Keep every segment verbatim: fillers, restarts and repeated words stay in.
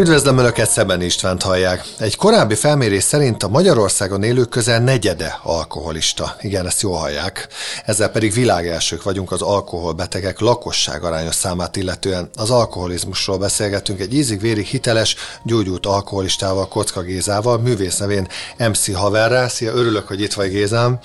Üdvözlöm Önöket, Szebeni Istvánt hallják. Egy korábbi felmérés szerint a Magyarországon élők közel negyede alkoholista. Igen, ezt jól hallják. Ezzel pedig világelsők vagyunk az alkoholbetegek lakosság arányos számát illetően. Az alkoholizmusról beszélgetünk egy ízig-vérig hiteles, gyógyult alkoholistával, Kocka Gézával, művész nevén em cé Haverrel. Szia, örülök, hogy itt vagy, Gézám.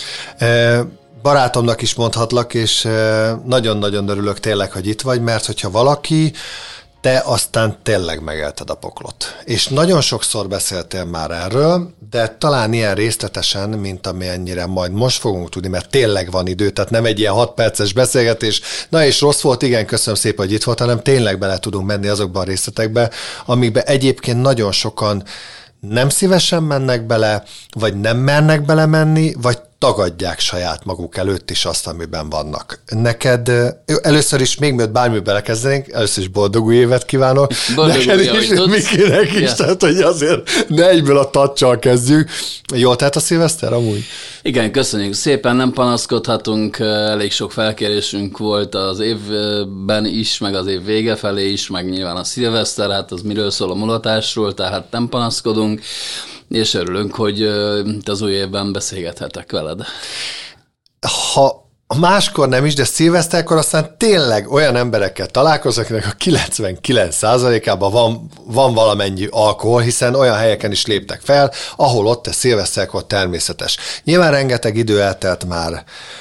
Barátomnak is mondhatlak, és nagyon-nagyon örülök tényleg, hogy itt vagy, mert hogyha valaki, te aztán tényleg megélted a poklot. És nagyon sokszor beszéltél már erről, de talán ilyen részletesen, mint amennyire majd most fogunk tudni, mert tényleg van idő, tehát nem egy ilyen hat perces beszélgetés. Na és rossz volt, igen, köszönöm szépen, hogy itt volt, hanem tényleg bele tudunk menni azokban a részletekbe, amikbe egyébként nagyon sokan nem szívesen mennek bele, vagy nem mernek belemenni, vagy tagadják saját maguk előtt is azt, amiben vannak. Neked, először is, még mielőtt bármi belekezdenénk, először is boldog új évet kívánok. Boldog neked új is, Mikinek is, yeah. Tehát, hogy azért ne egyből a tacsal kezdjük. Jól telt a szilveszter amúgy? Igen, köszönjük szépen, nem panaszkodhatunk, elég sok felkérésünk volt az évben is, meg az év vége felé is, meg nyilván a szilveszter, hát az miről szól a mulatásról, tehát nem panaszkodunk, és örülünk, hogy az új évben beszélgethetek veled. Ha máskor nem is, de szilveszterkor aztán tényleg olyan emberekkel találkozok, akinek a kilencvenkilenc százalékában van, van valamennyi alkohol, hiszen olyan helyeken is léptek fel, ahol ott a szilveszterkor természetes. Nyilván rengeteg idő eltelt már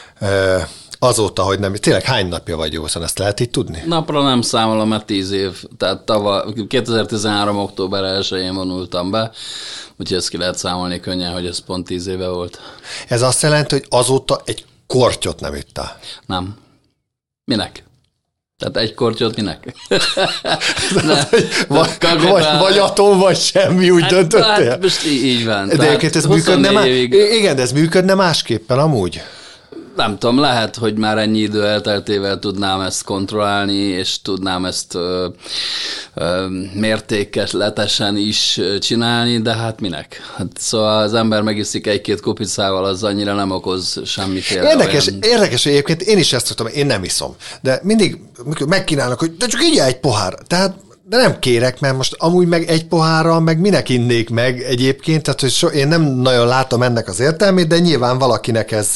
azóta, hogy nem. Tényleg hány napja vagy jószan, ezt lehet így tudni? Napra nem számolom, mert tíz év. Tehát tavaly, kétezer-tizenhárom. október elsején vonultam be, úgyhogy ezt ki lehet számolni könnyen, hogy ez pont tíz éve volt. Ez azt jelenti, hogy azóta egy kortyot nem ittál? Nem. Minek? Tehát egy kortyot minek? ne, vagy, vagy, vagy atom, vagy semmi, úgy hát, döntöttél? Hát most így, így van. De egyébként ez működne, má... igen, de ez működne másképpen amúgy? Nem tudom, lehet, hogy már ennyi idő elteltével tudnám ezt kontrollálni, és tudnám ezt ö, ö, mértékletesen is csinálni, de hát minek? Hát szóval az ember megiszik egy-két kupicával, az annyira nem okoz semmiféle. Érdekes, olyan... érdekes, hogy egyébként én is ezt szoktam, én nem iszom, de mindig megkínálnak, hogy de csak így egy pohár, tehát de nem kérek, mert most amúgy meg egy pohárral, meg minek innék meg egyébként, tehát hogy so, én nem nagyon látom ennek az értelmét, de nyilván valakinek ez,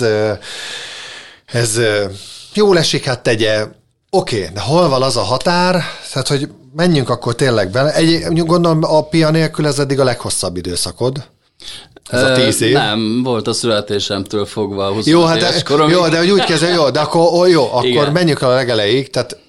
ez jól esik, hát tegye. Oké, okay, de hol van az a határ, tehát hogy menjünk akkor tényleg bele. Egy, gondolom a pia nélkül ez eddig a leghosszabb időszakod. Ez a tíz év. Nem, volt a születésemtől fogva a huszonöt jó, hát éves koromig. Jó, de hogy úgy kezdve, jó, de akkor jó, akkor igen. Menjünk a legelejéig, tehát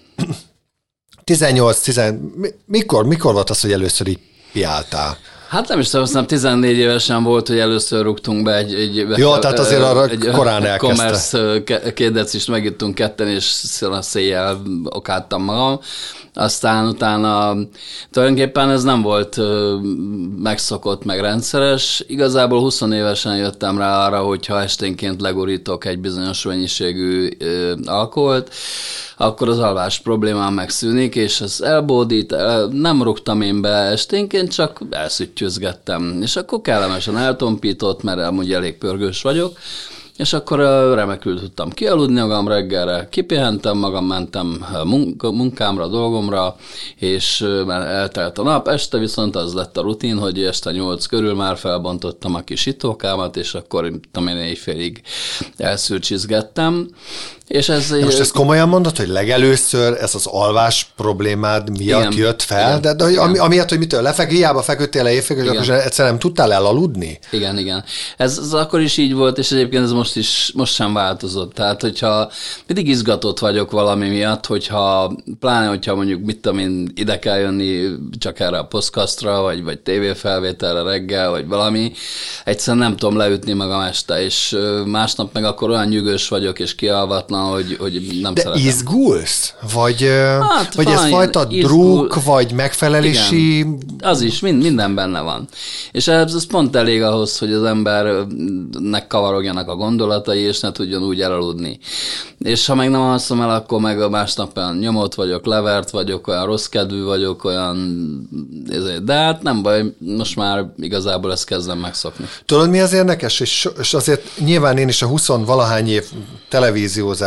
tizennyolc, tíz, mikor, mikor volt az, hogy először így piáltál? Hát nem is tudom, aztán tizennégy évesen volt, hogy először rúgtunk be egy... egy jó, e, tehát azért arra egy korán elkezdte. Commerce két decist megittunk ketten, és széjjel okádtam magam. Aztán utána tulajdonképpen ez nem volt megszokott, meg rendszeres. Igazából húsz évesen jöttem rá arra, hogyha esténként legurítok egy bizonyos mennyiségű alkoholt, akkor az alvás problémám megszűnik, és ez elbódít, nem rúgtam én be esténként, csak elszüttyözgettem. És akkor kellemesen eltompított, mert amúgy elég pörgős vagyok, és akkor remekül tudtam kialudni magam reggelre, kipihentem magam, mentem munkámra, dolgomra, és már eltelt a nap, este viszont az lett a rutin, hogy este nyolc körül már felbontottam a kis itókámat, és akkor tudom én éjfélig elszürcsizgettem. És ez, de most ezt komolyan mondod, hogy legelőször ez az alvás problémád miatt igen, jött fel? Igen, de, de ami, amiatt, hogy mitől lefek, hiába feküdtél le éjfél, és akkor egyszerűen nem tudtál elaludni? Igen, igen. Ez, ez akkor is így volt, és egyébként ez most is most sem változott. Tehát, hogyha mindig izgatott vagyok valami miatt, hogyha pláne, hogyha mondjuk mit tudom én, ide kell jönni csak erre a podcastra, vagy, vagy tévéfelvételre reggel, vagy valami, egyszerűen nem tudom leütni magam este, és másnap meg akkor olyan nyűgös vagyok, és kialvatlan, Hogy, hogy nem de szeretem. Izgulsz? Vagy, hát, vagy ez fajta druk, vagy megfelelési... Igen, az is, mind, minden benne van. És ez, ez pont elég ahhoz, hogy az embernek kavarogjanak a gondolatai, és ne tudjon úgy elaludni. És ha meg nem alszom el, akkor meg a másnap olyan nyomott vagyok, levert vagyok, olyan rossz kedvű vagyok, olyan... De hát nem baj, most már igazából ezt kezdem megszokni. Tudod, mi az érdekes? És, és azért nyilván én is a húsz valahány év televíziózás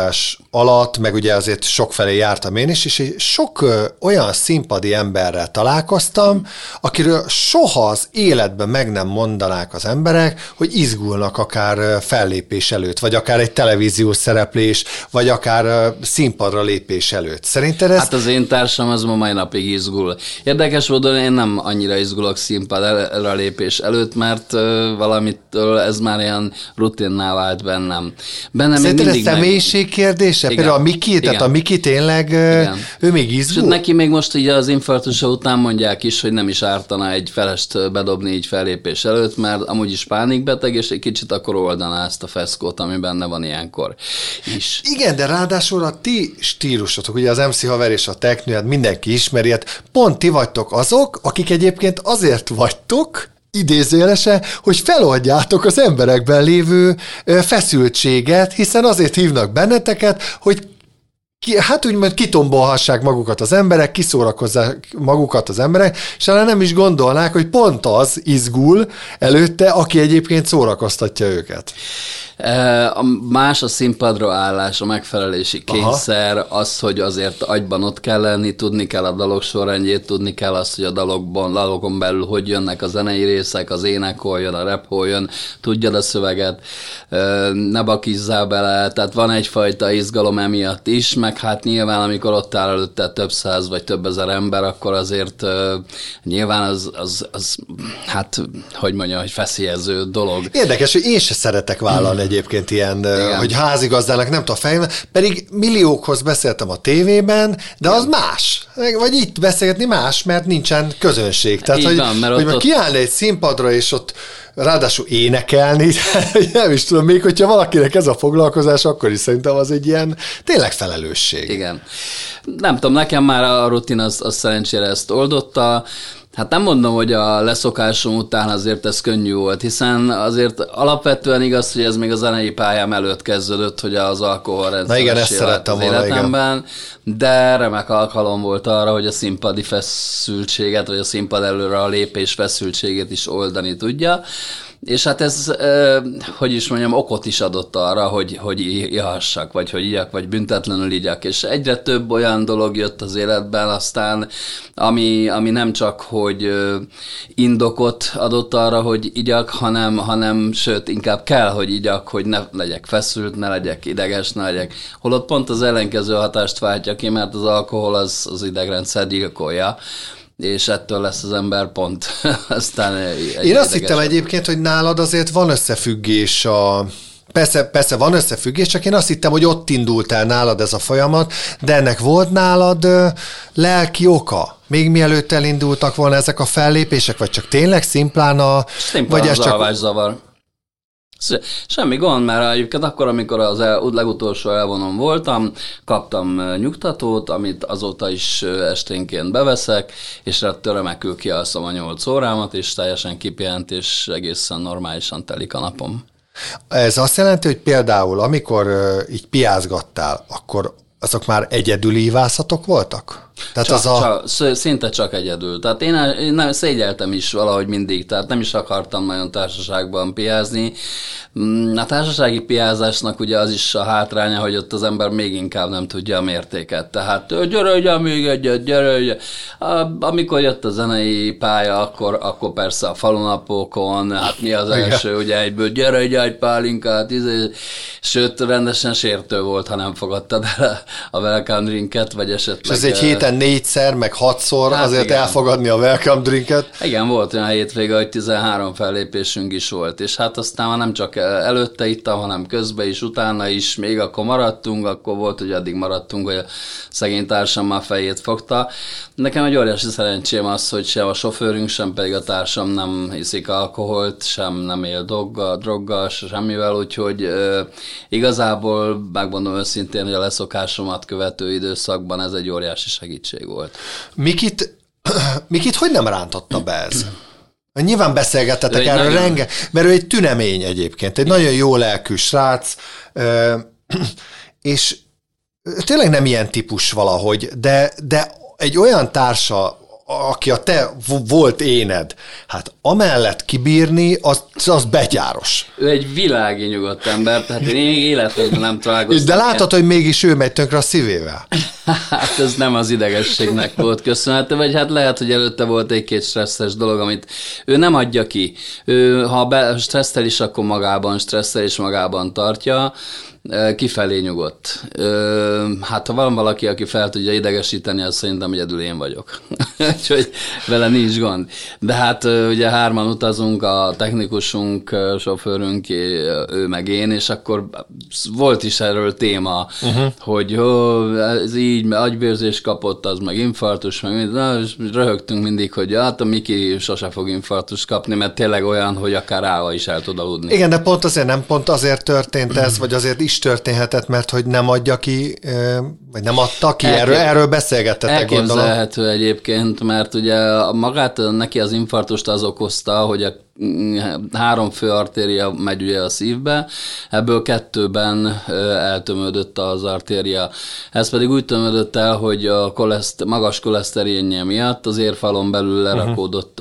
foglalkozás alatt, meg ugye azért sokfelé jártam én is, és sok ö, olyan színpadi emberrel találkoztam, akiről soha az életben meg nem mondanák az emberek, hogy izgulnak akár fellépés előtt, vagy akár egy televíziós szereplés, vagy akár színpadra lépés előtt. Szerinted ez... Hát az én társam az ma mai napig izgul. Érdekes módon én nem annyira izgulok színpadra lépés előtt, mert valamitől ez már ilyen rutinná vált bennem. Bennem Szerinted ez személyiség kérdése? Igen. Például a Miki, tehát a Miki tényleg, igen. Ő még izgul? És neki még most így az infarktusa után mondják is, hogy nem is ártana egy felest bedobni így fellépés előtt, mert amúgy is pánikbeteg, és egy kicsit akkor oldaná ezt a feszkót, ami benne van ilyenkor is. Igen, de ráadásul a ti stílusotok, ugye az em cé haver és a teknő, hát mindenki ismeri, hát pont ti vagytok azok, akik egyébként azért vagytok, idézőjelesen, hogy feloldjátok az emberekben lévő feszültséget, hiszen azért hívnak benneteket, hogy ki, hát úgymond kitombolhassák magukat az emberek, kiszórakozzák magukat az emberek, és talán nem is gondolnák, hogy pont az izgul előtte, aki egyébként szórakoztatja őket. A más a színpadra állás, a megfelelési kényszer, aha, az, hogy azért agyban ott kell lenni, tudni kell a dalok sorrendjét, tudni kell azt, hogy a dalokban, dalokon belül hogy jönnek a zenei részek, az ének hol jön, a rap hol jön, tudjad a szöveget, ne bakízzál bele, tehát van egyfajta izgalom emiatt is, meg hát nyilván, amikor ott áll előtte több száz vagy több ezer ember, akkor azért nyilván az, az, az hát, hogy mondjam, hogy feszélyező dolog. Érdekes, hogy én se szeretek vállalni egyébként ilyen, igen, hogy házigazdának nem tudom fejlődni, pedig milliókhoz beszéltem a tévében, de az más. Vagy itt beszélgetni más, mert nincsen közönség. Tehát, így hogy, van, mert hogy ott, ott... kiállni egy színpadra, és ott ráadásul énekelni, nem is tudom, még hogyha valakinek ez a foglalkozás, akkor is szerintem az egy ilyen tényleg felelősség. Igen. Nem tudom, nekem már a rutin az, az szerencsére ezt oldotta. Hát nem mondom, hogy a leszokásom után azért ez könnyű volt, hiszen azért alapvetően igaz, hogy ez még a zenei pályám előtt kezdődött, hogy az alkohol rendszeressé lett az életemben, de remek alkalom volt arra, hogy a színpadi feszültséget, vagy a színpad előre a lépés feszültségét is oldani tudja. És hát ez, eh, hogy is mondjam, okot is adott arra, hogy, hogy ihassak, vagy hogy igyak, vagy büntetlenül igyak. És egyre több olyan dolog jött az életben, aztán, ami, ami nem csak, hogy eh, indokot adott arra, hogy igyak, hanem, hanem sőt, inkább kell, hogy igyak, hogy ne legyek feszült, ne legyek ideges, ne legyek. Holott pont az ellenkező hatást váltja ki, mert az alkohol az, az idegrendszer gyilkolja, és ettől lesz az ember pont. Aztán Én azt hittem egyébként, hogy nálad azért van összefüggés a... Persze, persze van összefüggés, csak én azt hittem, hogy ott indult el nálad ez a folyamat, de ennek volt nálad ö, lelki oka? Még mielőtt elindultak volna ezek a fellépések, vagy csak tényleg szimplán a... Szimplán vagy ez csak alvászavar. Semmi gond, mert egyébként akkor, amikor az el, legutolsó elvonom voltam, kaptam nyugtatót, amit azóta is esténként beveszek, és ettől remekül kialszom a nyolc órámat, és teljesen kipihent, és egészen normálisan telik a napom. Ez azt jelenti, hogy például amikor uh, így piázgattál, akkor azok már egyedüli ivászatok voltak? Tehát csak, az a... csak, szinte csak egyedül. Tehát én, én nem szégyeltem is valahogy mindig, tehát nem is akartam nagyon társaságban piázni. A társasági piázásnak ugye az is a hátránya, hogy ott az ember még inkább nem tudja a mértéket. Tehát gyere ugye még egyet, gyere ugye. Amikor jött a zenei pálya, akkor, akkor persze a falunapokon, hát mi az első, igen, ugye egyből gyere ugye egy pálinkát, izé. Sőt, rendesen sértő volt, ha nem fogadtad el a welcome drinket, vagy esetleg... És ez egy héten négyszer, meg hatszor hát azért igen, elfogadni a welcome drinket. Igen, volt olyan hétvége, hogy tizenhárom fellépésünk is volt, és hát aztán már nem csak előtte ittam, hanem közben is, utána is, még akkor maradtunk, akkor volt, hogy addig maradtunk, hogy a szegény társam már fejét fogta. Nekem egy óriási szerencsém az, hogy sem a sofőrünk, sem pedig a társam nem iszik alkoholt, sem nem él droggal, droggal semmivel, úgyhogy ö, igazából megmondom őszintén, hogy a leszokásomat követő időszakban ez egy óriási segítség volt. Mikit, Mikit hogy nem rántotta be ez? Nyilván beszélgettetek erről nagyon... renge, mert ő egy tünemény egyébként, egy nagyon jó lelkű srác, és tényleg nem ilyen típus valahogy, de, de egy olyan társa aki a te volt éned, hát amellett kibírni, az, az betyáros. Ő egy világi nyugodt ember, tehát én életemben nem találkoztam. De látod, hogy mégis ő megy tönkre a szívével. Hát ez nem az idegességnek volt köszönhető, vagy hát lehet, hogy előtte volt egy-két stresszes dolog, amit ő nem adja ki. Ő, ha be stresszel is, akkor magában stresszel és magában tartja, kifelé nyugodt. Hát ha van valaki, aki fel tudja idegesíteni, az szerintem egyedül én vagyok. Úgyhogy vele nincs gond. De hát ugye hárman utazunk, a technikusunk, sofőrünk, ő meg én, és akkor volt is erről téma, uh-huh. hogy jó, ez így, agyvérzés kapott, az meg infarktus, meg mind, na, és röhögtünk mindig, hogy hát a Miki sose fog infarktust kapni, mert tényleg olyan, hogy akár állva is el tud aludni. Igen, de pont azért nem pont azért történt ez, vagy azért is történhetett, mert hogy nem adja ki, vagy nem adta ki, erről, erről beszélgettetek, gondolom. Elképzelhető egyébként, mert ugye magát neki az infarktust az okozta, hogy a három fő artéria megy ugye a szívbe, ebből kettőben eltömődött az artéria. Ez pedig úgy tömődött el, hogy a koleszt, magas koleszterinje miatt az érfalon belül lerakódott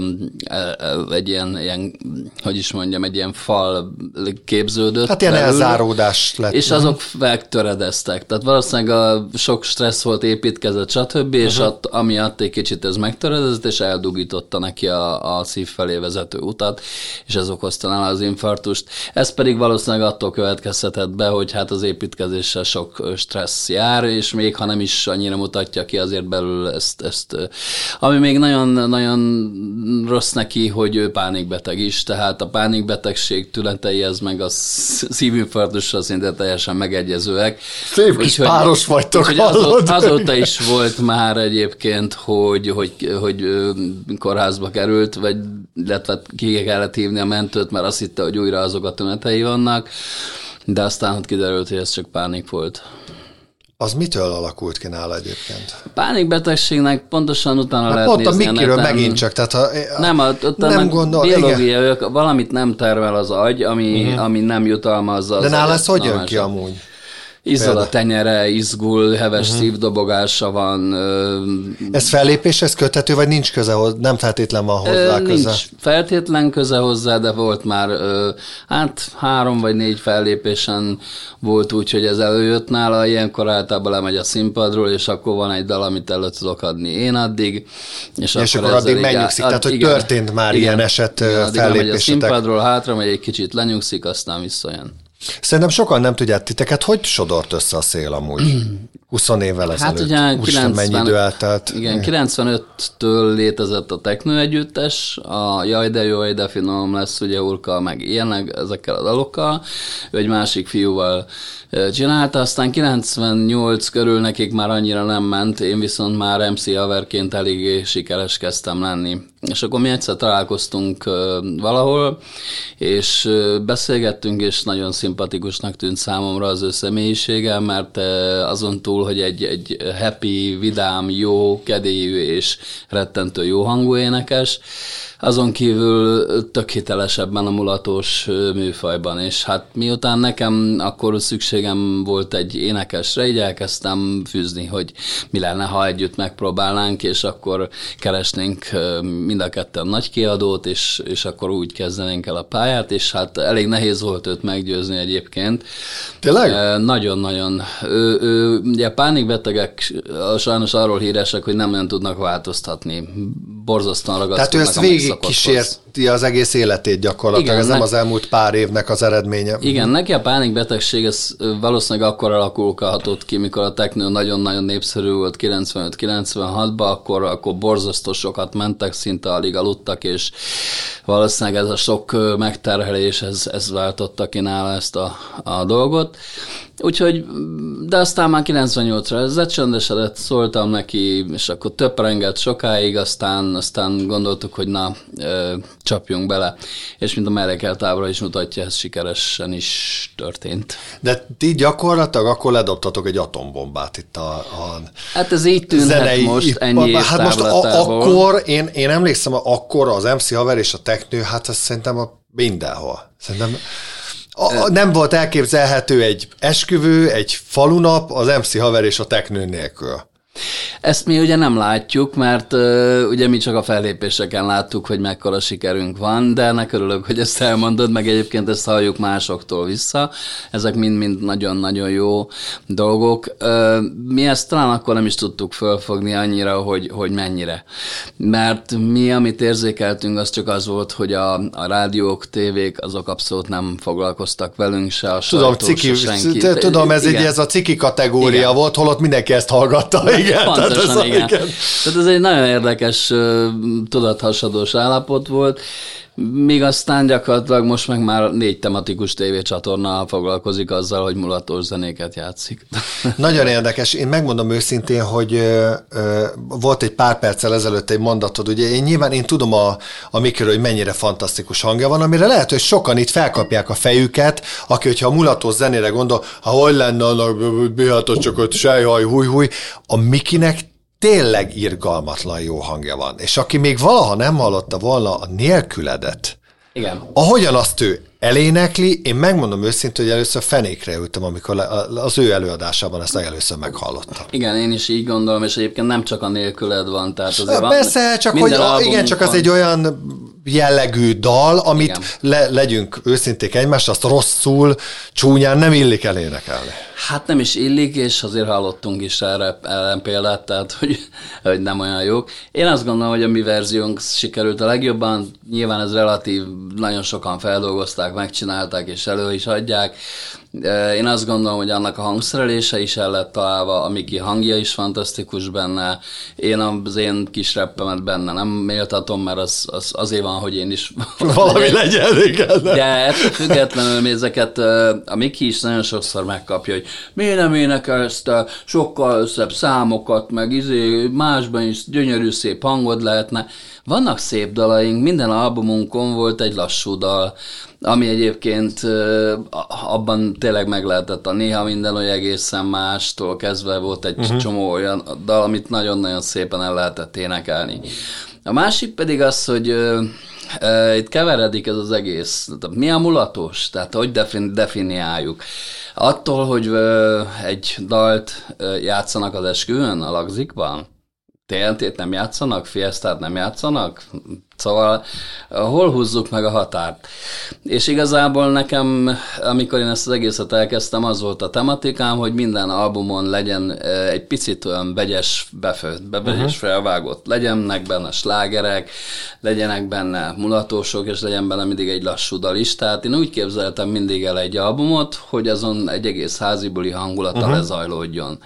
uh-huh. egy ilyen, ilyen, hogy is mondjam, egy ilyen fal képződött. Hát ilyen belül, elzáródás lett. És azok megtöredeztek. Tehát valószínűleg a sok stressz volt, építkezett, stb. Uh-huh. És att, amiatt egy kicsit ez megtöredezett, és eldugította neki a, a szív felé vezető utat, és ez okozta nála az infarktust. Ez pedig valószínűleg attól következhetett be, hogy hát az építkezéssel sok stressz jár, és még ha nem is annyira mutatja ki, azért belül ezt, ezt ami még nagyon-nagyon rossz neki, hogy ő pánikbeteg is, tehát a pánikbetegség tünetei, ez meg a szívinfarktussal szinte teljesen megegyezőek. Szép kis páros vagytok, azóta, azóta is volt már egyébként, hogy, hogy, hogy kórházba került, vagy illetve ki kellett hívni a mentőt, mert azt hitte, hogy újra azok a tünetei vannak, de aztán ott kiderült, hogy ez csak pánik volt. Az mitől alakult ki nála egyébként? A pánikbetegségnek pontosan utána hát lehet pont nézni. Pont a Mikiről megint csak, tehát ha, nem, a, nem gondol, biológia, ők, valamit nem termel az agy, ami, uh-huh. ami nem jutalmazza az De nála ez hogy jön ki amúgy? Izzad a tenyere, izgul, heves uh-huh. szívdobogása van. Ez fellépéshez köthető, vagy nincs köze hozzá? Nem feltétlen van hozzá nincs köze? Nincs feltétlen köze hozzá, de volt már hát három vagy négy fellépésen volt úgy, hogy ez előjött nála, ilyenkor általában lemegy a színpadról, és akkor van egy dal, amit elő tudok adni én addig. És, és akkor, akkor addig megnyugszik, ad, tehát hogy igen, történt már igen, ilyen eset igen, fellépésetek. A színpadról hátra megy, egy kicsit lenyugszik, aztán visszajön. Szerintem sokan nem tudják titeket, hogy sodort össze a szél amúgy? húsz évvel ezelőtt. Hát ugye kilencven, mennyi idő eltelt. Igen, kilencvenöttől létezett a Teknő együttes, a Jaj de jó, jaj de finom lesz, ugye Urka, meg ilyenek, ezekkel a dalokkal. Ő egy másik fiúval csinálta, aztán kilencvennyolc körül nekik már annyira nem ment, én viszont már em cé haverként eléggé sikeres kezdtem lenni. És akkor mi egyszer találkoztunk valahol, és beszélgettünk, és nagyon szimpatikusnak tűnt számomra az ő személyisége, mert azon túl, hogy egy, egy happy, vidám, jó, kedélyű és rettentő jó hangú énekes, azon kívül tök hiteles ebben a mulatós műfajban, és hát miután nekem akkor szükségem volt egy énekesre, így elkezdtem fűzni, hogy mi lenne, ha együtt megpróbálnánk, és akkor keresnénk mind a ketten nagy kiadót, és, és akkor úgy kezdenénk el a pályát, és hát elég nehéz volt őt meggyőzni egyébként. Tényleg? Nagyon-nagyon. Ő, ő, ugye pánikbetegek sajnos arról híresek, hogy nem nagyon tudnak változtatni. Borzasztóan ragaszkodnak. Tehát ő ezt végig kísérti az egész életét gyakorlatilag, igen, ez nem az elmúlt pár évnek az eredménye. Igen, neki a pánikbetegség ez valószínűleg akkor alakulhatott ki, mikor a techno nagyon-nagyon népszerű volt kilencvenöt kilencvenhatban, akkor, akkor borzasztó sokat mentek, szinte alig aludtak, és valószínűleg ez a sok megterhelés, ez, ez váltotta ki nála ezt a, a dolgot. Úgyhogy, de aztán már kilencvennyolcra ez lecsendesedett, szóltam neki, és akkor töprengett sokáig, aztán, aztán gondoltuk, hogy na, ö, csapjunk bele. És mint a mellékeltábla is mutatja, ez sikeresen is történt. De ti gyakorlatilag akkor ledobtatok egy atombombát itt a, a Hát ez így tűnhet zenei, most ennyi hát most a, akkor, én, én emlékszem, akkor az em cé haver és a teknő, hát ez szerintem a mindenhol. Szerintem A, nem volt elképzelhető egy esküvő, egy falunap, az em cé haver és a teknő nélkül. Ezt mi ugye nem látjuk, mert uh, ugye mi csak a fellépéseken láttuk, hogy mekkora sikerünk van, de ennek örülök, hogy ezt elmondod, meg egyébként ezt halljuk másoktól vissza. Ezek mind-mind nagyon-nagyon jó dolgok. Uh, mi ezt talán akkor nem is tudtuk fölfogni annyira, hogy, hogy mennyire. Mert mi, amit érzékeltünk, az csak az volt, hogy a, a rádiók, tévék, azok abszolút nem foglalkoztak velünk, se a tudom, sajtó, ciki, se senki. Tudom, ez, egy, ez a ciki kategória igen. volt, holott mindenki ezt hallgatta. Igen, pontosan, tehát ez, igen. igen. Tehát ez egy nagyon érdekes tudathasadós állapot volt, míg aztán gyakorlatilag most meg már négy tematikus tévécsatorna foglalkozik azzal, hogy mulatós zenéket játszik. Nagyon érdekes. Én megmondom őszintén, hogy ö, ö, volt egy pár perccel ezelőtt egy mondatod, ugye én nyilván én tudom a, a Mikiről, hogy mennyire fantasztikus hangja van, amire lehet, hogy sokan itt felkapják a fejüket, aki, hogyha a mulatós zenére gondol, ha hogy lenne annak, bihatott csak ott sejhaj, húj-húj, a Mikinek tényleg irgalmatlan jó hangja van. És aki még valaha nem hallotta volna a Nélküledet, igen. ahogyan azt ő elénekli, én megmondom őszintén, hogy először fenékre ültem, amikor az ő előadásában ezt legelőször meghallottam. Igen, én is így gondolom, és egyébként nem csak a Nélküled van. Tehát azért van persze, csak hogy a, igen, csak az van. Egy olyan jellegű dal, amit le, legyünk őszinték egymást, azt rosszul, csúnyán nem illik elénekelni. Hát nem is illik, és azért hallottunk is erre ellen példát, tehát hogy, hogy nem olyan jók. Én azt gondolom, hogy a mi verziónk sikerült a legjobban, nyilván ez relatív, nagyon sokan feldolgozták, megcsinálták és elő is adják. Én azt gondolom, hogy annak a hangszerelése is el lett találva, a Miki hangja is fantasztikus benne. Én az én kis rappemet benne nem méltatom, mert az, az azért van, hogy én is... Valami legyen, igen. De ettől függetlenül ezeket a Miki is nagyon sokszor megkapja, hogy miért nem énekelsz te sokkal szebb számokat, meg izé, másban is gyönyörű szép hangod lehetne. Vannak szép dalaink, minden albumunkon volt egy lassú dal, ami egyébként abban tényleg meg lehetett a néha minden olyan egészen mástól kezdve volt egy uh-huh. csomó olyan dal, amit nagyon-nagyon szépen el lehetett énekelni. A másik pedig az, hogy uh, uh, itt keveredik ez az egész. Mi a mulatos? Tehát hogy defin- definiáljuk? Attól, hogy uh, egy dalt uh, játszanak az esküvőn, a lagzikban, té en té-t nem játszanak, Fiestát nem játszanak, szóval hol húzzuk meg a határt? És igazából nekem, amikor én ezt az egészet elkezdtem, az volt a tematikám, hogy minden albumon legyen egy picit olyan vegyes, befőtt, vegyes uh-huh. felvágott, legyenek benne slágerek, legyenek benne mulatósok, és legyen benne mindig egy lassú dal is. Tehát én úgy képzeltem mindig el egy albumot, hogy azon egy egész házibuli hangulata uh-huh. lezajlódjon.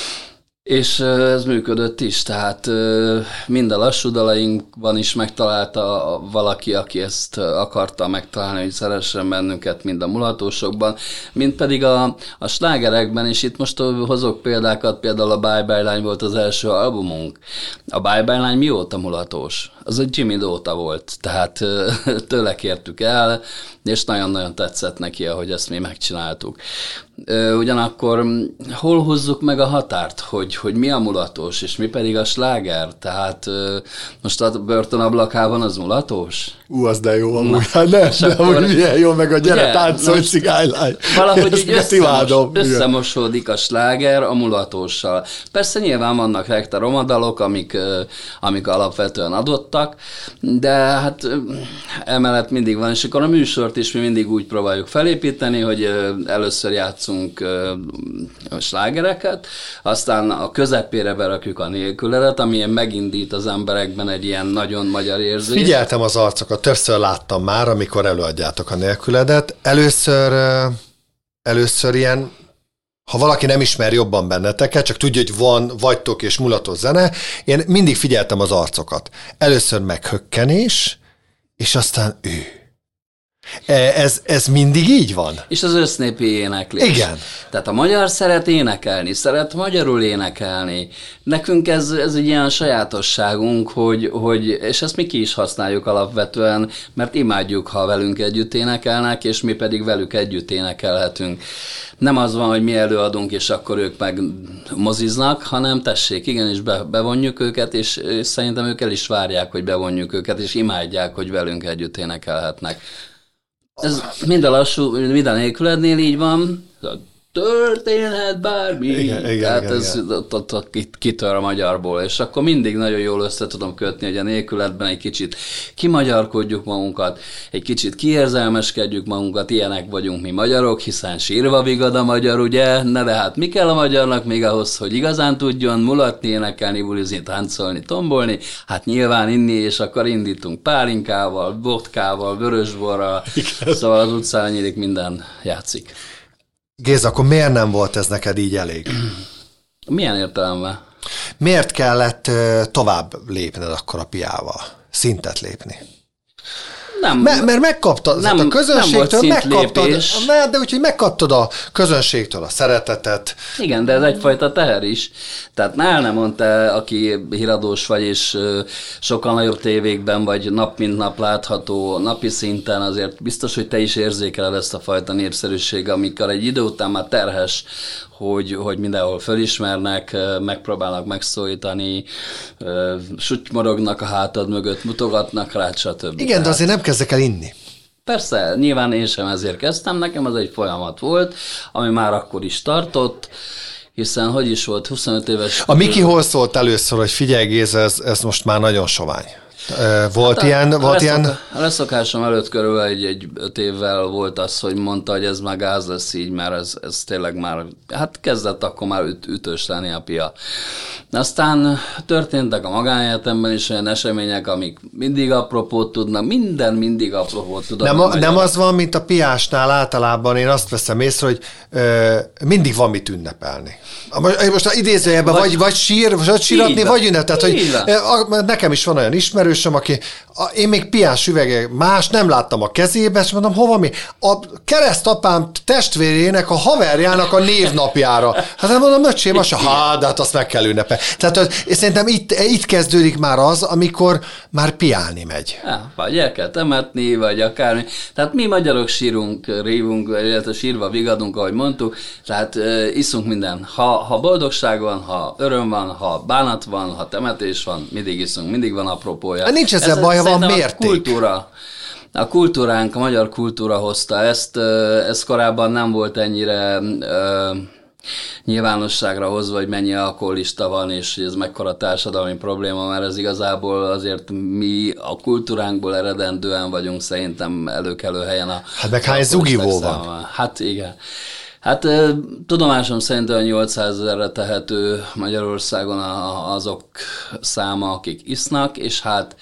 És ez működött is, tehát mind a lassú dalainkban is megtalálta valaki, aki ezt akarta megtalálni, hogy szeressen bennünket, mind a mulatósokban, mind pedig a, a slágerekben, és itt most hozok példákat, például a Bye Bye Lány volt az első albumunk. A Bye Bye Lány mióta mulatós? Az egy Jimmy Dóta volt, tehát tőle kértük el, és nagyon-nagyon tetszett neki, ahogy ezt mi megcsináltuk. Ugyanakkor hol húzzuk meg a határt, hogy, hogy mi a mulatós, és mi pedig a sláger? Tehát most a börtön ablakában az mulatós? Ú, az de jó amúgy. Hát nem, de amúgy milyen jó, meg a gyere ugye, táncolj cigánylány. Valahogy így összemos, összemosódik a sláger a mulatóssal. Persze nyilván vannak rekta romadalok, amik, amik alapvetően adottak, de hát emellett mindig van, és akkor a műsort is mi mindig úgy próbáljuk felépíteni, hogy először játszunk slágereket, aztán a közepére berakjuk a Nélküledet, ami megindít az emberekben egy ilyen nagyon magyar érzést. Figyeltem az arcokat, többször láttam már, amikor előadjátok a Nélküledet. Először, először ilyen, ha valaki nem ismer jobban benneteket, csak tudja, hogy van, vagytok és mulatos zene, én mindig figyeltem az arcokat. Először meghökkenés, és aztán ő. Ez, ez mindig így van? És az össznépi éneklés. Igen. Tehát a magyar szeret énekelni, szeret magyarul énekelni. Nekünk ez, ez egy ilyen sajátosságunk, hogy, hogy, és ezt mi ki is használjuk alapvetően, mert imádjuk, ha velünk együtt énekelnek, és mi pedig velük együtt énekelhetünk. Nem az van, hogy mi előadunk, és akkor ők meg moziznak, hanem tessék, igenis be, bevonjuk őket, és, és szerintem ők el is várják, hogy bevonjuk őket, és imádják, hogy velünk együtt énekelhetnek. Ez mind a lassú, mind a Nélkülednél így van, történhet bármi. Igen, igen, Tehát igen, ez igen. Ott, ott, ott kitör a magyarból, és akkor mindig nagyon jól össze tudom kötni, hogy a nélkületben egy kicsit kimagyarkodjuk magunkat, egy kicsit kiérzelmeskedjük magunkat, ilyenek vagyunk mi magyarok, hiszen sírva vigad a magyar, ugye? Na de hát mi kell a magyarnak még ahhoz, hogy igazán tudjon mulatni, énekelni, bulizni, táncolni, tombolni? Hát nyilván inni, és akkor indítunk pálinkával, vodkával, vörösborral, szóval az utcán nyílik, minden játszik. Géza, akkor miért nem volt ez neked így elég? Milyen értelemben? Miért kellett ö, tovább lépned akkor a piával? Szintet lépni? Nem, Mert, mert megkaptad nem, a közönségtől, nem megkaptad, szintlépés. de úgyhogy megkaptad a közönségtől a szeretetet. Igen, de ez egyfajta teher is. Tehát nál nem mondta, aki híradós vagy, és sokkal nagyobb tévékben vagy nap mint nap látható, napi szinten, azért biztos, hogy te is érzékeled ezt a fajta népszerűség, amikor egy idő után már terhes, hogy, hogy mindenhol fölismernek, megpróbálnak megszólítani, sutymorognak a hátad mögött, mutogatnak rá, stb. Igen, de azért nem kezdek el inni. Persze, nyilván én sem ezért kezdtem, nekem ez egy folyamat volt, ami már akkor is tartott, hiszen hogy is volt, huszonöt éves... A Miki hol szólt először, hogy figyelj Géza, ez, ez most már nagyon sovány. Volt hát ilyen... A, volt a, ilyen... a leszokásom előtt körül egy, egy öt évvel volt az, hogy mondta, hogy ez már gáz lesz így, mert ez, ez tényleg már, hát kezdett akkor már üt, ütős lenni a pia. Aztán történtek a magánéletemben is olyan események, amik mindig apropót tudnak, minden mindig apropót tudnak. Nem, a, nem az van, mint a piásnál általában, én azt veszem észre, hogy ö, mindig van mit ünnepelni. Most, most idézőjelben vagy, vagy, vagy sír, vagy síratni, vagy ünnep. Tehát, hogy ö, nekem is van olyan ismerősöm, aki a, én még piás üvege, más nem láttam a kezébe, és mondom, hova mi? A keresztapám testvérének, a haverjának a névnapjára. Hát nem mondom, öcsém, az se, hát, hát azt meg kell ünnepelni. Tehát és szerintem itt, itt kezdődik már az, amikor már piálni megy. Ja, vagy el kell temetni, vagy akármi. Tehát mi magyarok sírunk, rívunk, illetve sírva vigadunk, ahogy mondtuk, tehát uh, iszunk minden. Ha, ha boldogság van, ha öröm van, ha bánat van, ha temetés van, mindig iszunk, mindig van apropója. Hát nincs ezzel ez, baj, ha van mérték. A kultúra. A kultúránk, a magyar kultúra hozta ezt, ez korábban nem volt ennyire uh, nyilvánosságra hozva, hogy mennyi alkoholista van, és hogy ez mekkora társadalmi probléma, mert ez igazából azért mi a kultúránkból eredendően vagyunk szerintem előkelő helyen a... Hát meg hány zugivó van? Hát igen. Hát tudomásom szerint olyan nyolcszázezerre tehető Magyarországon azok száma, akik isznak, és hát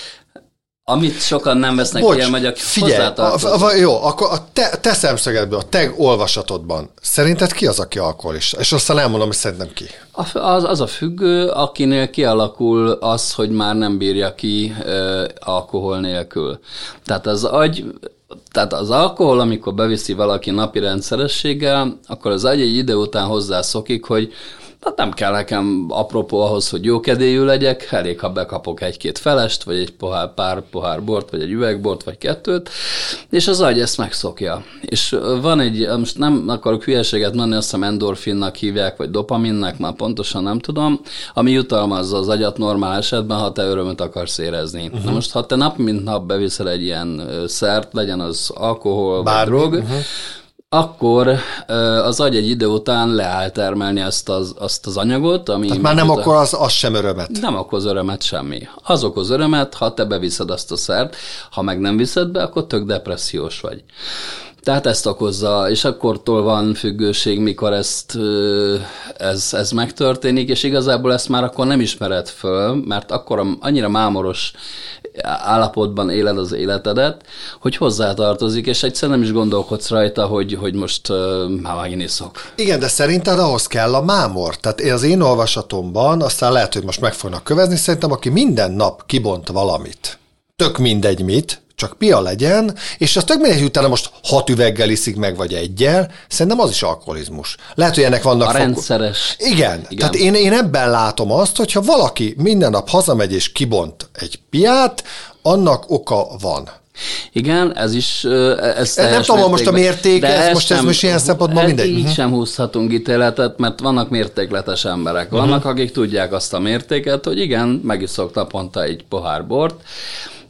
amit sokan nem vesznek Bocs, ilyen, hogy a figyelj, jó, akkor a te, te szemszögedből, a te olvasatodban szerinted ki az, aki alkoholista? És aztán elmondom, hogy szerintem ki. Az, az a függő, akinél kialakul az, hogy már nem bírja ki ö, alkohol nélkül. Tehát az agy... Tehát az alkohol, amikor beviszi valaki napi rendszerességgel, akkor az agy egy idő után hozzászokik, hogy hát nem kell nekem apropó ahhoz, hogy jókedélyű legyek, elég, ha bekapok egy-két felest, vagy egy pohár, pár pohár bort, vagy egy üvegbort, vagy kettőt, és az agy ezt megszokja. És van egy, most nem akarok hülyeséget mondani, azt hiszem endorfinnak hívják, vagy dopaminnak, már pontosan nem tudom, ami jutalmazza az agyat normál esetben, ha te örömöt akarsz érezni. Uh-huh. Na most, ha te nap mint nap beviszel egy ilyen szert, legyen az alkohol, bármi, vagy drog, uh-huh. akkor az agy egy idő után leáll termelni azt az, azt az anyagot, ami... Tehát már nem a... okoz az, az sem örömet. Nem okoz örömet semmi. Az okoz örömet, ha te beviszed azt a szert, ha meg nem viszed be, akkor tök depressziós vagy. Tehát ezt okozza, és akkortól van függőség, mikor ezt, ez, ez megtörténik, és igazából ezt már akkor nem ismered föl, mert akkor annyira mámoros állapotban éled az életedet, hogy hozzátartozik, és egyszerűen nem is gondolkodsz rajta, hogy, hogy most uh, már megint iszok. Igen, de szerinted ahhoz kell a mámor. Tehát az én olvasatomban, aztán lehet, hogy most meg fognak kövezni, szerintem aki minden nap kibont valamit, tök mindegy mit, csak pia legyen, és az tök mindegy, hogy utána most hat üveggel iszik meg, vagy egyel, szerintem az is alkoholizmus. Lehet, hogy ennek vannak... A rendszeres. Igen. Igen. Tehát én, én ebben látom azt, hogyha valaki minden nap hazamegy és kibont egy piát, annak oka van. Igen, ez is... Ez nem tudom, most a mérték, ez, ez most, sem, ez most ilyen szempontból mindegy. Így uh-huh. sem húzhatunk ítéletet, mert vannak mértékletes emberek. Vannak, uh-huh. akik tudják azt a mértéket, hogy igen, megiszok naponta egy pohár bort,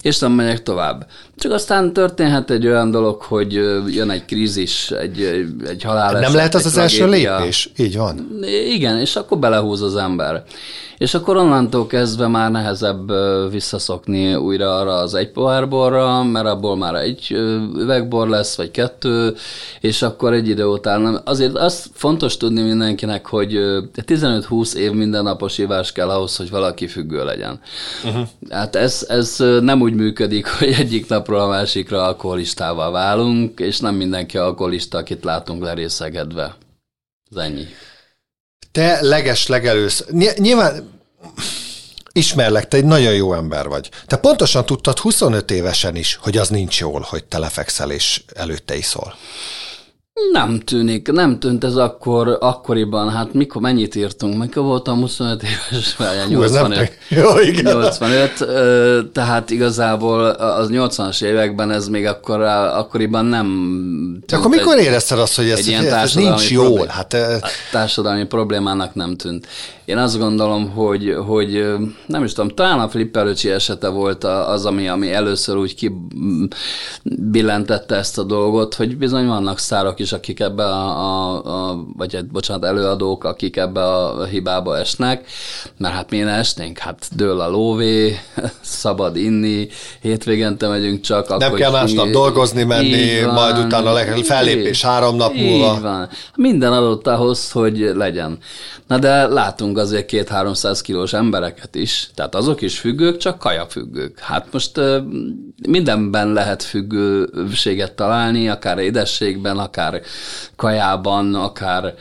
és nem megyek tovább. Csak aztán történhet egy olyan dolog, hogy jön egy krízis, egy, egy haláleset. Nem lehet az az tragédia. első lépés? Így van. Igen, és akkor belehúz az ember. És akkor onnantól kezdve már nehezebb visszaszokni újra arra az egy pohár borra, mert abból már egy üvegbor lesz, vagy kettő, és akkor egy idő után. Azért azt fontos tudni mindenkinek, hogy tizenöt-húsz év mindennapos ivás kell ahhoz, hogy valaki függő legyen. Uh-huh. Hát ez, ez nem úgy működik, hogy egyik napról a másikra alkoholistával válunk, és nem mindenki alkoholista, akit látunk lerészegedve. Ez ennyi. Te leges legelősz. Nyilván ismerlek, te egy nagyon jó ember vagy. Te pontosan tudtad huszonöt évesen is, hogy az nincs jól, hogy te lefekszel és előtte iszol. Nem tűnik, nem tűnt ez akkor, akkoriban, hát mikor, mennyit írtunk, mikor voltam huszonöt éves, vagy nyolcvanöt, jó, igen. nyolcvanöt, tehát igazából az nyolcvanas években ez még akkor, akkoriban nem tűnt. Akkor mikor egy, érezted azt, hogy ez, ez nincs jól? Problém, hát, társadalmi problémának nem tűnt. Én azt gondolom, hogy, hogy nem is tudom, talán a Flipperöcsi esete volt az, ami, ami először úgy kibillentette ezt a dolgot, hogy bizony vannak szárok is, akik ebbe a, a, a vagy egy, bocsánat, előadók, akik ebbe a hibába esnek, mert hát mi ne esnénk? Hát dől a lóvé, szabad inni, hétvégente megyünk csak. Nem akkor kell másnap dolgozni menni, van, majd utána fellépés három nap múlva. Így van. Minden adott ahhoz, hogy legyen. Na de látunk azért két-háromszáz kilós embereket is, tehát azok is függők, csak kajafüggők. Hát most mindenben lehet függőséget találni, akár édességben, akár kajában, akár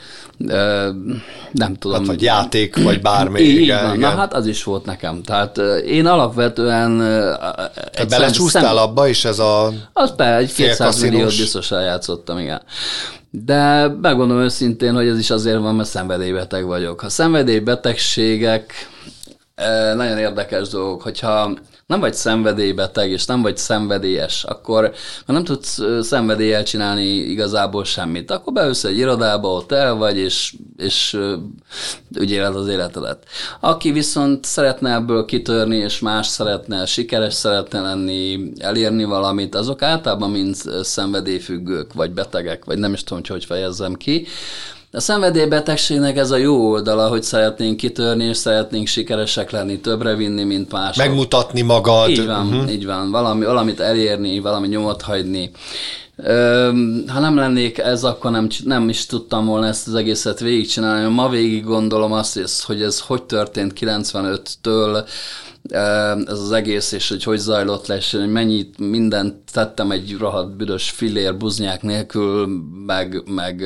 nem tudom. Hát vagy játék, vagy bármi. Így igen, van, igen. Na hát az is volt nekem. Tehát én alapvetően... Te belecsúsztál szem... abba is ez a... Az be, egy kétszáz milliót biztos eljátszottam, igen. De megmondom őszintén, hogy ez is azért van, mert szenvedélybeteg vagyok. A szenvedélybetegségek nagyon érdekes dolgok, hogyha nem vagy szenvedélybeteg, és nem vagy szenvedélyes, akkor már nem tudsz szenvedéllyel csinálni igazából semmit. Akkor beülsz egy irodába, ott el vagy, és, és úgy éled az életedet. Aki viszont szeretne ebből kitörni, és más szeretne, sikeres szeretne lenni, elérni valamit, azok általában mind szenvedélyfüggők, vagy betegek, vagy nem is tudom, hogy fejezzem ki. A szenvedélybetegségnek ez a jó oldala, hogy szeretnénk kitörni, és szeretnénk sikeresek lenni, többre vinni, mint mások. Megmutatni magad. Így van, uh-huh. így van. Valami, valamit elérni, valami nyomot hagyni. Ö, ha nem lennék ez, akkor nem, nem is tudtam volna ezt az egészet végigcsinálni. Ma végig gondolom azt, hogy ez hogy történt kilencvenöttől, ez az egész, és hogy hogy zajlott le, és hogy mennyit mindent tettem egy rohadt büdös fillér buznyák nélkül, meg, meg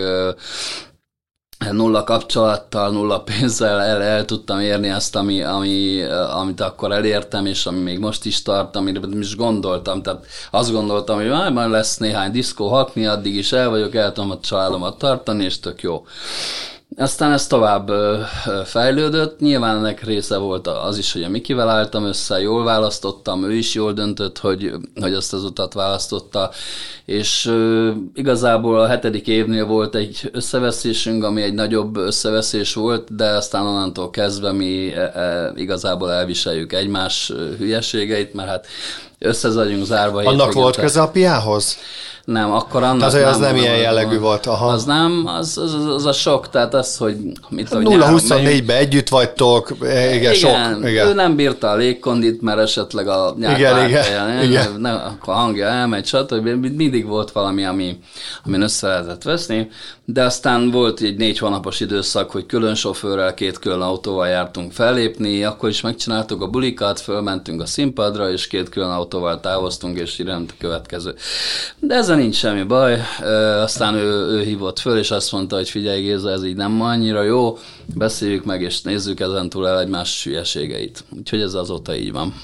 nulla kapcsolattal, nulla pénzzel el, el tudtam érni azt, ami, ami, amit akkor elértem, és ami még most is tart, amire is gondoltam. Tehát azt gondoltam, hogy majd lesz néhány diszkó hakni, addig is el vagyok, el tudom a családomat tartani, és tök jó. Aztán ez tovább fejlődött, nyilván ennek része volt az is, hogy a Mikivel álltam össze, jól választottam, ő is jól döntött, hogy, hogy azt az utat választotta, és igazából a hetedik évnél volt egy összeveszésünk, ami egy nagyobb összeveszés volt, de aztán onnantól kezdve mi igazából elviseljük egymás hülyeségeit, mert hát össze vagyunk zárva. Annak volt köze a piához? Nem, akkor annak az nem. Az nem ilyen jellegű volt. Aha. Az nem, az, az, az a sok, tehát az, hogy... nulla huszonnégyben együtt vagytok, igen, igen, sok. Igen. Ő nem bírta a légkondit, mert esetleg a nyárpárhelyen, nem, akkor a hangja elmegy, stb. Mindig volt valami, ami, amin össze lehetett veszni, de aztán volt egy négy hónapos időszak, hogy külön sofőrrel, két külön autóval jártunk fellépni, akkor is megcsináltuk a bulikat, fölmentünk a színpadra, és két külön autóval távoztunk, és iránt a következő. De ezzel nincs semmi baj. Aztán ő, ő hívott föl, és azt mondta, hogy figyelj Géza, ez így nem annyira jó, beszéljük meg, és nézzük ezentúl el egymás hülyeségeit. Úgyhogy ez azóta így van.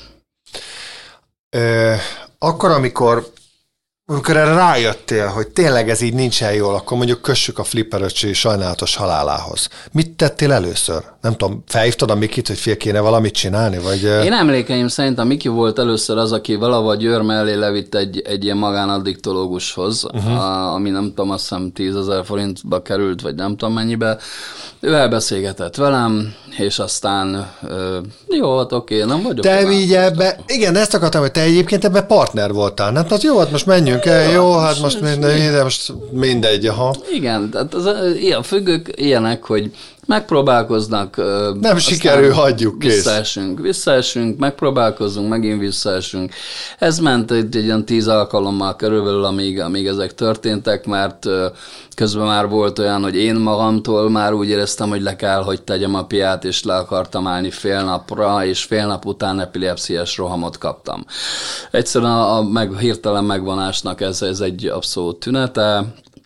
Ö, akkor, amikor Amikor erre rájöttél, hogy tényleg ez így nincsen jól, akkor mondjuk kössük a Flipperöcsi sajnálatos halálához. Mit tettél először? Nem tudom, felhívtad a Mikit, hogy fél kéne valamit csinálni? Vagy... Én emlékeim szerint a Miki volt először az, aki valahogy Győr mellé levitt egy, egy ilyen magánaddiktológushoz, uh-huh. a, ami nem tudom, azt hiszem tízezer forintba került, vagy nem tudom mennyibe, Ő elbeszélgetett velem, és aztán jó, hát oké, nem vagyok. Te így ebbe, igen, ezt akartam, hogy te egyébként ebbe partner voltál. Hát, hát jó, hát most menjünk el, jó, jó hát most mindegy, most mindegy, aha. Igen, tehát az, ilyen függők ilyenek, hogy megpróbálkoznak. Nem sikerül, hagyjuk, kész. Visszaesünk, visszaesünk, megpróbálkozunk, megint visszaesünk. Ez ment egy, egy ilyen tíz alkalommal körülbelül, amíg, amíg ezek történtek, mert közben már volt olyan, hogy én magamtól már úgy éreztem, hogy le kell, hogy tegyem a piát, és le akartam állni fél napra, és fél nap után epilepsziás rohamot kaptam. Egyszerűen a, a meg, hirtelen megvonásnak ez, ez egy abszolút tünete,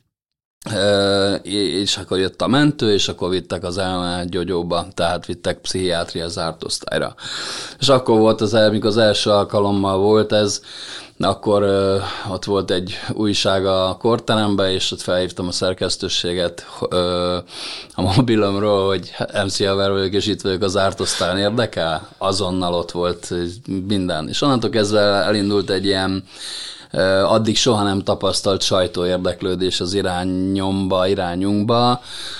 és akkor jött a mentő, és akkor vittek az elmegyógyóba, tehát vittek pszichiátria zárt osztályra. És akkor volt az, amikor az első alkalommal volt ez, akkor ö, ott volt egy újság a Korteremben, és ott felhívtam a szerkesztőséget ö, a mobilomról, hogy em cé Haver vagyok, és itt vagyok az zárt osztályon, érdekel? Azonnal ott volt minden. És onnantól kezdve elindult egy ilyen addig soha nem tapasztalt sajtóérdeklődés az irányomba, irányunkba,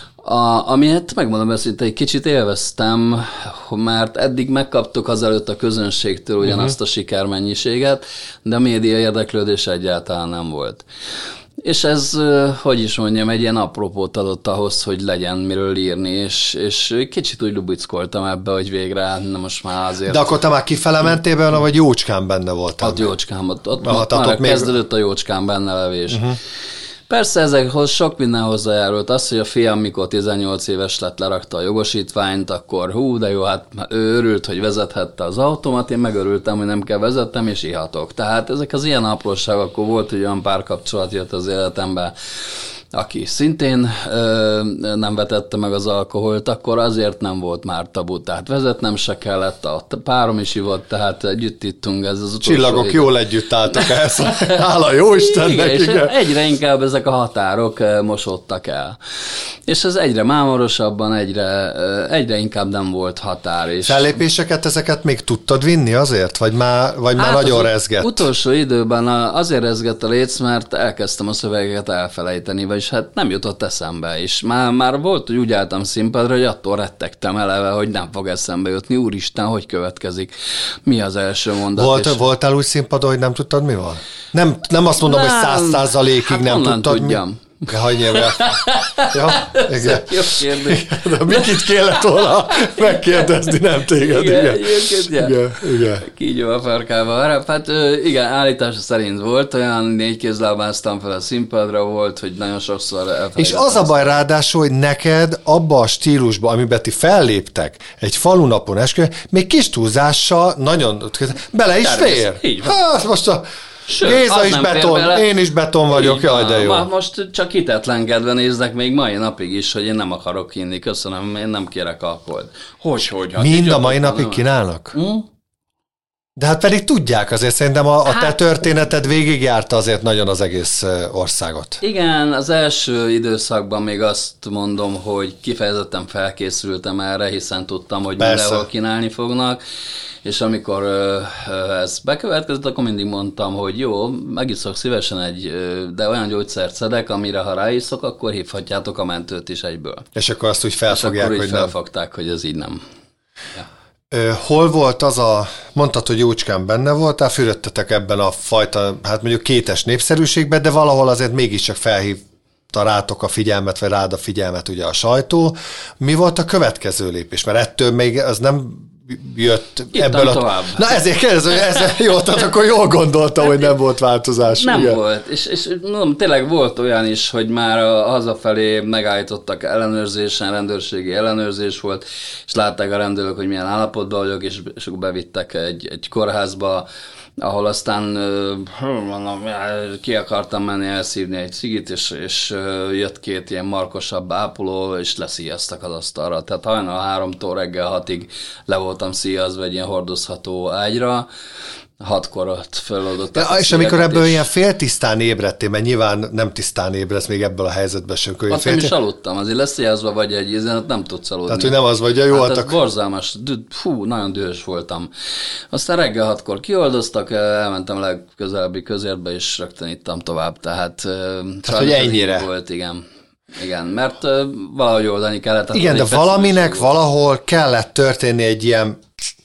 a, amiért megmondom őszintén, egy kicsit élveztem, mert eddig megkaptuk azelőtt a közönségtől ugyanazt uh-huh. a sikermennyiséget, de a média érdeklődés egyáltalán nem volt. És ez, hogy is mondjam, egy ilyen apropót adott ahhoz, hogy legyen miről írni, és, és kicsit úgy lubickoltam ebbe, hogy végre, na most már azért... De akkor te már kifele mentél benne, vagy jócskán benne voltál? Ott jócskán, ott, ott, Aha, ott már ott még... kezdődött a jócskán benne levés. Uh-huh. Persze ezekhoz sok minden hozzájárult. Az, hogy a fiam, mikor tizennyolc éves lett, lerakta a jogosítványt, akkor hú, de jó, hát ő örült, hogy vezethette az autómat, én megörültem, hogy nem kell vezetnem, és ihatok. Tehát ezek az ilyen apróságok, akkor volt, hogy olyan párkapcsolat jött az életembe, aki szintén ö, nem vetette meg az alkoholt, akkor azért nem volt már tabu. Tehát vezetnem se kellett, a párom is ivott, tehát együtt ittunk. Ez az utolsó Csillagok idő. Jól együtt álltak el, hála jó Istennek. Igen, és igen. egyre inkább ezek a határok mosódtak el. És ez egyre mámorosabban, egyre, egyre inkább nem volt határ. És... Fellépéseket, ezeket még tudtad vinni azért? Vagy már, vagy már hát nagyon rezgett? Utolsó időben azért rezgett a léc, mert elkezdtem a szövegeket elfelejteni, vagyis hát nem jutott eszembe, és már, már volt, hogy úgy álltam színpadra, hogy attól rettegtem eleve, hogy nem fog eszembe jutni. Úristen, hogy következik? Mi az első mondat? Volt, és... Voltál úgy színpadon, hogy nem tudtad, mi van? Nem, nem azt mondom, nem, hogy száz százalékig hát nem tudtad, tudjam. mi... Hagyj el. Ja, igen. Jó kérdés. De Mikit kellett volna megkérdezni, nem téged. Igen, igen. igen, igen. Kígyó a farkába. Hát igen, állítása szerint volt, olyan négy kézlábáztam fel a színpadra, volt, hogy nagyon sokszor elfelejtettem. És az a baj ráadásul, hogy neked abba a stílusba, amiben ti felléptek egy falunapon eskü, még kis túlzással nagyon bele is fér. Hát most a Sőt, Géza is beton, én is beton vagyok, jaj, de jó. Most csak hitetlenkedve néznek még mai napig is, hogy én nem akarok inni, köszönöm, én nem kérek alkoholt. Hogy, hogy? Hát mind a mai napig kínálnak? Hm? De hát pedig tudják azért, szerintem a, a hát, te történeted végigjárta azért nagyon az egész országot. Igen, az első időszakban még azt mondom, hogy kifejezetten felkészültem erre, hiszen tudtam, hogy mindenhol kínálni fognak. És amikor ö, ö, ez bekövetkezett, akkor mindig mondtam, hogy jó, megiszok szívesen egy, ö, de olyan gyógyszert szedek, amire ha ráiszok, akkor hívhatjátok a mentőt is egyből. És akkor azt úgy felfogják, és akkor hogy így felfogták, hogy ez így nem. Ja. Ö, hol volt az a, mondtad, hogy jócskán benne voltál, fürödtetek ebben a fajta, hát mondjuk kétes népszerűségben, de valahol azért mégiscsak felhívta rátok a figyelmet, vagy rád a figyelmet ugye a sajtó. Mi volt a következő lépés? Mert ettől még az nem jött itt ebből a... tovább. Na ezért kérdezem, hogy ez jó, tehát akkor jól gondoltam, hogy nem volt változás. Nem igen. volt, és, és mondom, tényleg volt olyan is, hogy már a hazafelé megállítottak ellenőrzésen, rendőrségi ellenőrzés volt, és látták a rendőrök, hogy milyen állapotban vagyok, és, és akkor bevittek egy, egy kórházba, ahol aztán mondom, ki akartam menni elszívni egy cigit, és, és jött két ilyen markosabb ápoló, és leszíjaztak az asztalra. Tehát hajnal háromtól reggel hatig le voltam szíjazva egy ilyen hordozható ágyra, hatkor ott feloldottak. Ja, és amikor ebből ilyen féltisztán ébredtél, mert nyilván nem tisztán ébredsz még ebből a helyzetben sem. Azt nem is aludtam, azért leszíjazva vagy egy ízen, nem tudsz aludni. Tehát, hogy nem az vagy, jó, hát ez borzalmas, fú, nagyon dühös voltam. Aztán reggel hatkor kioldoztak, elmentem a legközelebbi közértbe, és rögtön ittam tovább, tehát, tehát hogy ennyire volt, igen. Igen, mert uh, valahogy oldani kellett. Igen, de valaminek valahol kellett történni egy ilyen,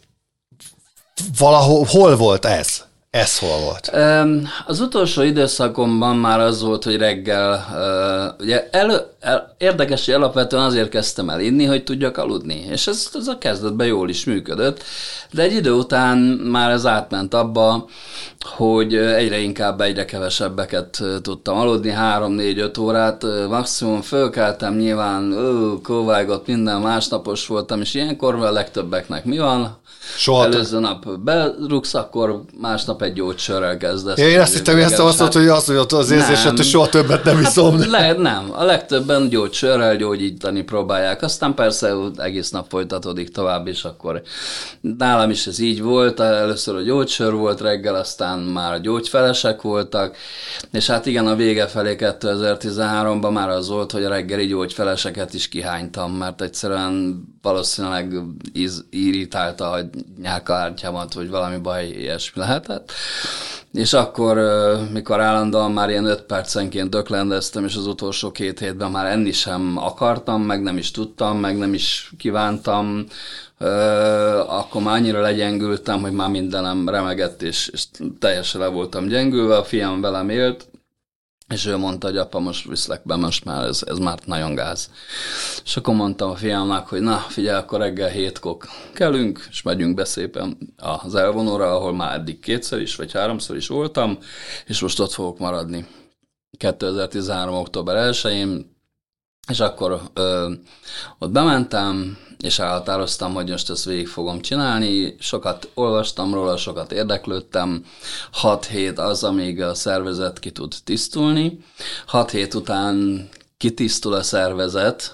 valahol, hol volt ez? Ez hol volt? Az utolsó időszakomban már az volt, hogy reggel, ugye elő, el, érdekes, hogy alapvetően azért kezdtem el inni, hogy tudjak aludni, és ez, ez a kezdetben jól is működött, de egy idő után már ez átment abba, hogy egyre inkább, egyre kevesebbeket tudtam aludni, három, négy, öt órát, maximum fölkeltem, nyilván ó, kóvágott, minden, másnapos voltam, és ilyenkor a legtöbbeknek mi van? Soha előző nap berúgsz, akkor másnap egy gyógysörrel kezdesz. Ja, én azt hittem, hogy ezt azt mondta, hogy azt mondja az érzésed, hogy soha többet nem iszom. Hát, le, nem, a legtöbben gyógysörrel gyógyítani próbálják. Aztán persze egész nap folytatódik tovább, és akkor nálam is ez így volt. Először a gyógysör volt reggel, aztán már a gyógyfelesek voltak, és hát igen, a vége felé kétezer-tizenháromban már az volt, hogy a reggeli gyógyfeleseket is kihánytam, mert egyszerűen valószínűleg íz, irritálta a nyálkahártyámat, vagy valami baj ilyesmi lehetett. És akkor, mikor állandóan már ilyen öt percenként döklendeztem, és az utolsó két hétben már enni sem akartam, meg nem is tudtam, meg nem is kívántam, akkor már annyira legyengültem, hogy már mindenem remegett, és, és teljesen le voltam gyengülve. A fiam velem élt, és ő mondta, hogy apa, most viszlek be, most már ez, ez már nagyon gáz. És akkor mondtam a fiamnak, hogy na, figyelj, akkor reggel hétkor kelünk, és megyünk be szépen az elvonóra, ahol már eddig kétszer is, vagy háromszor is voltam, és most ott fogok maradni. kétezer-tizenhárom. október elsején, és akkor ö, ott bementem, és elhatároztam, hogy most ezt végig fogom csinálni. Sokat olvastam róla, sokat érdeklődtem. Hat hét az, amíg a szervezet ki tud tisztulni. Hat hét után kitisztul a szervezet,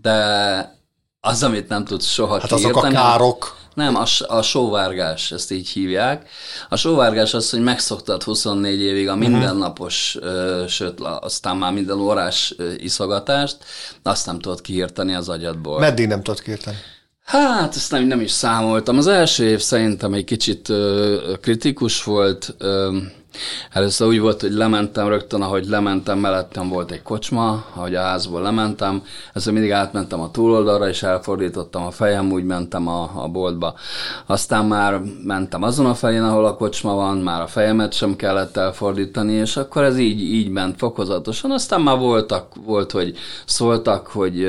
de az, amit nem tudsz soha hát kiírtani. Hát azok a károk. Nem, a, a sóvárgás, ezt így hívják. A sóvárgás az, hogy megszoktad huszonnégy évig a mindennapos, uh-huh. sőt, aztán már minden órás iszogatást, azt nem tudod kiírtani az agyadból. Meddig nem tudod kiírtani? Hát, ezt nem, nem is számoltam. Az első év szerintem egy kicsit ö, kritikus volt. Ö, először úgy volt, hogy lementem rögtön, ahogy lementem, mellettem volt egy kocsma, ahogy a házból lementem. Ezzel mindig átmentem a túloldalra, és elfordítottam a fejem, úgy mentem a, a boltba. Aztán már mentem azon a fején, ahol a kocsma van, már a fejemet sem kellett elfordítani, és akkor ez így, így ment fokozatosan. Aztán már voltak, volt, hogy szóltak, hogy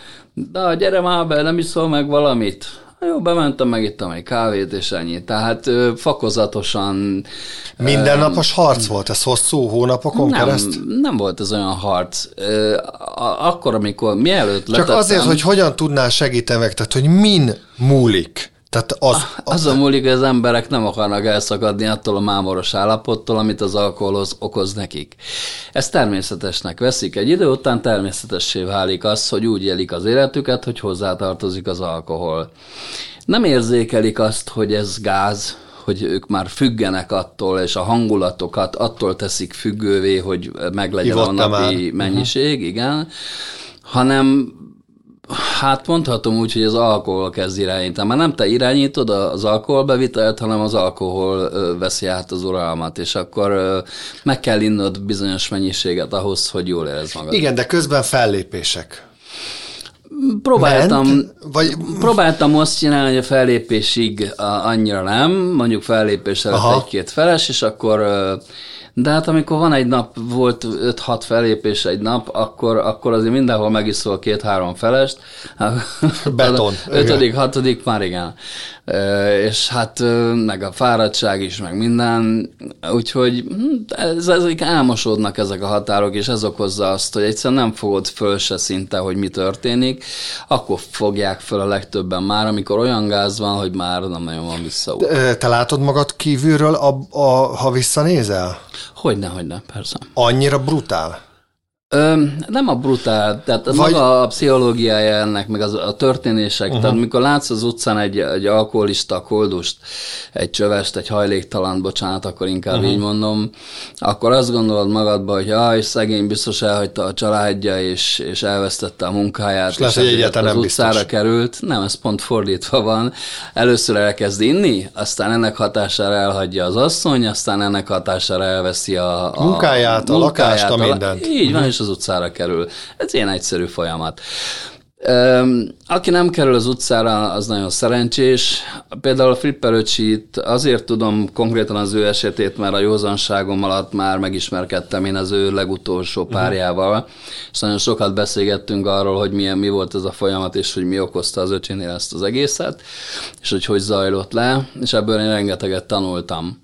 de gyere már be, nem iszol meg valamit? Jó, bementem, megittam egy kávét, és ennyi. Tehát ö, fokozatosan... Mindennapos ö, harc volt ez hosszú hónapokon nem, keresztül? Nem volt ez olyan harc. Ö, akkor, amikor mielőtt Csak letettem... azért, hogy hogyan tudnál segíteni meg, tehát hogy min múlik? Tehát az, az... Azon múlik, hogy az emberek nem akarnak elszakadni attól a mámoros állapottól, amit az alkohol okoz nekik. Ezt természetesnek veszik. Egy idő után természetessé válik az, hogy úgy élik az életüket, hogy hozzátartozik az alkohol. Nem érzékelik azt, hogy ez gáz, hogy ők már függenek attól, és a hangulatokat attól teszik függővé, hogy meglegyen a napi mennyiség, uh-huh. igen, hanem hát mondhatom úgy, hogy az alkohol kezd irányítani. Már nem te irányítod az alkoholbevitelt, hanem az alkohol veszi át az uralmat, és akkor meg kell innod bizonyos mennyiséget ahhoz, hogy jól érezd magad. Igen, de közben fellépések. Próbáltam, Ment, vagy... próbáltam azt csinálni, hogy a fellépésig annyira nem, mondjuk fellépés előtt Aha. egy-két feles, és akkor... De hát amikor van egy nap, volt öt-hat fellépés egy nap, akkor, akkor azért mindenhol megiszol két-három felest. Beton. Ötödik, hatodik már igen. És hát meg a fáradtság is, meg minden. Úgyhogy ez, ezek elmosódnak ezek a határok, és ez okozza azt, hogy egyszerűen nem fogod föl se szinte, hogy mi történik. Akkor fogják föl a legtöbben már, amikor olyan gáz van, hogy már nem nagyon van visszaút. Te látod magad kívülről, a, a, ha visszanézel? Hogyne, hogyne, persze. Annyira brutál? Ö, nem a brutál, tehát Vagy... maga a pszichológiája ennek, meg az, a történések, uh-huh. tehát mikor látsz az utcán egy, egy alkoholista koldust, egy csövest, egy hajléktalant, bocsánat, akkor inkább uh-huh. így mondom, akkor azt gondolod magadba, hogy jaj, szegény biztos elhagyta a családja, és, és elvesztette a munkáját, és, és lehet, az nem utcára biztos. került. Nem, ez pont fordítva van. Először elkezd inni, aztán ennek hatására elhagyja az asszony, aztán ennek hatására elveszi a, a munkáját, a, munkáját, a lakást, a mindent. Így van, és az utcára kerül. Ez ilyen egyszerű folyamat. Aki nem kerül az utcára, az nagyon szerencsés. Például a Flipper öcsit azért tudom konkrétan az ő esetét, mert a józanságom alatt már megismerkedtem én az ő legutolsó párjával, uh-huh. és nagyon sokat beszélgettünk arról, hogy milyen, mi volt ez a folyamat, és hogy mi okozta az öcsénél ezt az egészet, és hogy hogy zajlott le, és ebből én rengeteget tanultam.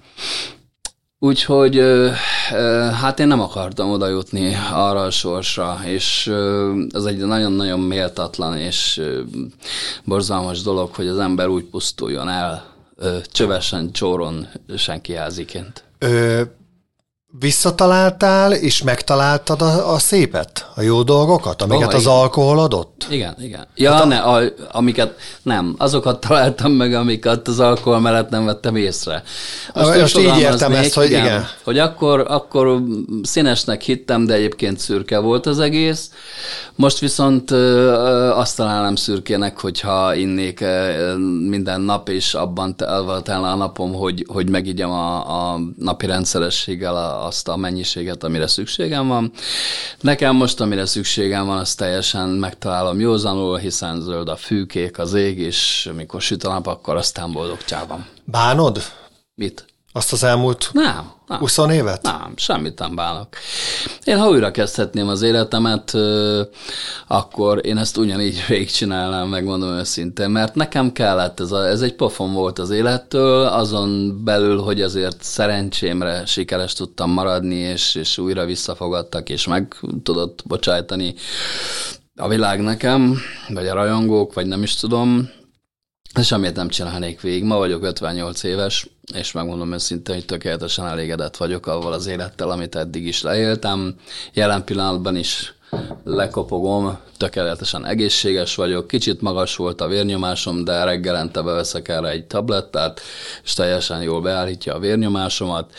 Úgyhogy hát én nem akartam oda jutni arra a sorsra, és ez egy nagyon-nagyon méltatlan és borzalmas dolog, hogy az ember úgy pusztuljon el csövesen, csóron, senkiháziként. Ö, visszataláltál, és megtaláltad a, a szépet, a jó dolgokat, amiket oh, az igen. alkohol adott? Igen, igen. Ja, hát a... ne, a, amiket nem, azokat találtam meg, amiket az alkohol mellett nem vettem észre. Most, Most így értem ezt, hogy igen. igen. Hogy akkor, akkor színesnek hittem, de egyébként szürke volt az egész. Most viszont azt találom szürkének, hogyha innék minden nap, és abban telne a napom, hogy, hogy megigyem a, a napi rendszerességgel a, azt a mennyiséget, amire szükségem van. Nekem most, amire szükségem van, azt teljesen megtalálom józanul, hiszen zöld a fű, kék az ég, és amikor süt a nap, akkor aztán boldogcsában. Bánod? Mit? Azt az elmúlt nem, nem. húsz évet? Nem, semmit nem bánok. Én ha újra kezdhetném az életemet, akkor én ezt ugyanígy végigcsinálnám, megmondom őszintén, mert nekem kellett, ez, a, ez egy pofon volt az élettől, azon belül, hogy azért szerencsémre sikeres tudtam maradni, és, és újra visszafogadtak, és meg tudott bocsájtani a világ nekem, vagy a rajongók, vagy nem is tudom, semmit nem csinálnék végig. Ma vagyok ötvennyolc éves, és megmondom őszintén, hogy tökéletesen elégedett vagyok avval az élettel, amit eddig is leéltem. Jelen pillanatban is lekopogom, tökéletesen egészséges vagyok, kicsit magas volt a vérnyomásom, de reggelente beveszek erre egy tablettát, és teljesen jól beállítja a vérnyomásomat.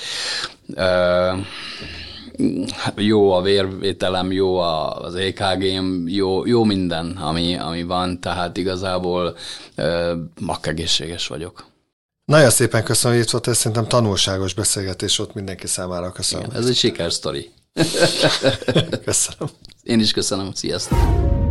Jó a vérvételem, jó az é ká gém, jó, jó minden, ami, ami van, tehát igazából makkegészséges vagyok. Nagyon szépen köszönöm, hogy itt volt, ez szerintem tanulságos beszélgetés volt mindenki számára. Köszönöm. Igen, ez egy sikersztori. Köszönöm. Én is köszönöm, sziasztok!